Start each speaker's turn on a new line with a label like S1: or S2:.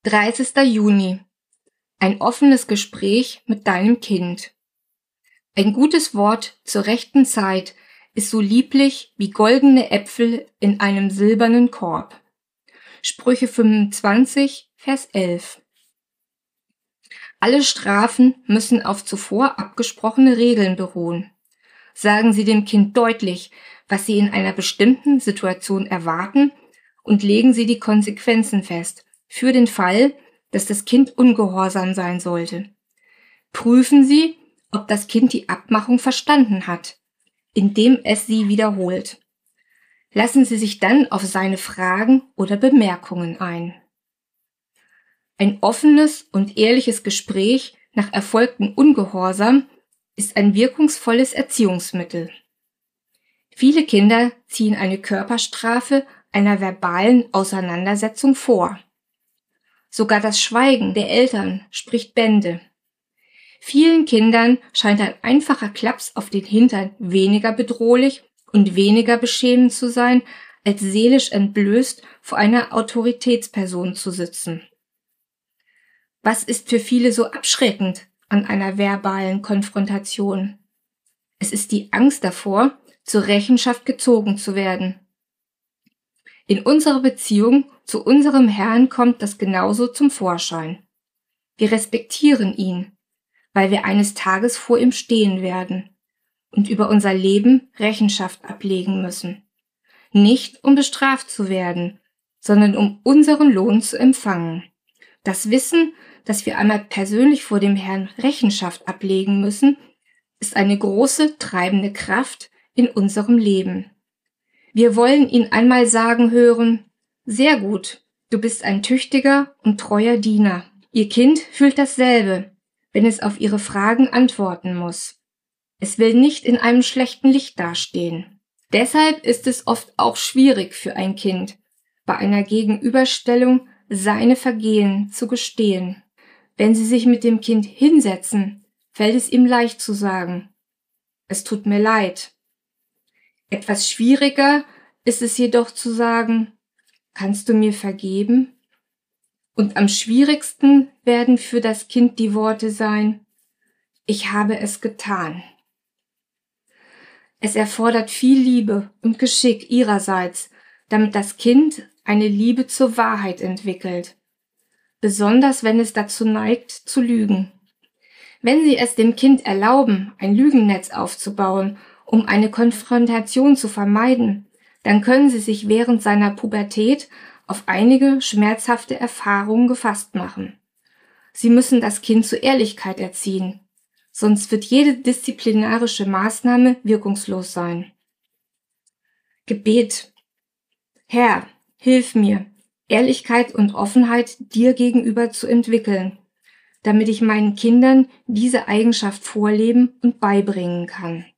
S1: 30. Juni. Ein offenes Gespräch mit deinem Kind. Ein gutes Wort zur rechten Zeit ist so lieblich wie goldene Äpfel in einem silbernen Korb. Sprüche 25, Vers 11. Alle Strafen müssen auf zuvor abgesprochene Regeln beruhen. Sagen Sie dem Kind deutlich, was Sie in einer bestimmten Situation erwarten, und legen Sie die Konsequenzen fest, für den Fall, dass das Kind ungehorsam sein sollte. Prüfen Sie, ob das Kind die Abmachung verstanden hat, indem es sie wiederholt. Lassen Sie sich dann auf seine Fragen oder Bemerkungen ein. Ein offenes und ehrliches Gespräch nach erfolgtem Ungehorsam ist ein wirkungsvolles Erziehungsmittel. Viele Kinder ziehen eine Körperstrafe einer verbalen Auseinandersetzung vor. Sogar das Schweigen der Eltern spricht Bände. Vielen Kindern scheint ein einfacher Klaps auf den Hintern weniger bedrohlich und weniger beschämend zu sein, als seelisch entblößt vor einer Autoritätsperson zu sitzen. Was ist für viele so abschreckend an einer verbalen Konfrontation? Es ist die Angst davor, zur Rechenschaft gezogen zu werden. In unserer Beziehung zu unserem Herrn kommt das genauso zum Vorschein. Wir respektieren ihn, weil wir eines Tages vor ihm stehen werden und über unser Leben Rechenschaft ablegen müssen. Nicht um bestraft zu werden, sondern um unseren Lohn zu empfangen. Das Wissen, dass wir einmal persönlich vor dem Herrn Rechenschaft ablegen müssen, ist eine große treibende Kraft in unserem Leben. Wir wollen ihn einmal sagen hören: Sehr gut, du bist ein tüchtiger und treuer Diener. Ihr Kind fühlt dasselbe, wenn es auf ihre Fragen antworten muss. Es will nicht in einem schlechten Licht dastehen. Deshalb ist es oft auch schwierig für ein Kind, bei einer Gegenüberstellung seine Vergehen zu gestehen. Wenn Sie sich mit dem Kind hinsetzen, fällt es ihm leicht zu sagen: Es tut mir leid. Etwas schwieriger ist es jedoch zu sagen: Kannst du mir vergeben? Und am schwierigsten werden für das Kind die Worte sein: Ich habe es getan. Es erfordert viel Liebe und Geschick Ihrerseits, damit das Kind eine Liebe zur Wahrheit entwickelt, besonders wenn es dazu neigt, zu lügen. Wenn Sie es dem Kind erlauben, ein Lügennetz aufzubauen, um eine Konfrontation zu vermeiden, dann können Sie sich während seiner Pubertät auf einige schmerzhafte Erfahrungen gefasst machen. Sie müssen das Kind zur Ehrlichkeit erziehen, sonst wird jede disziplinarische Maßnahme wirkungslos sein. Gebet. Herr, hilf mir, Ehrlichkeit und Offenheit dir gegenüber zu entwickeln, damit ich meinen Kindern diese Eigenschaft vorleben und beibringen kann.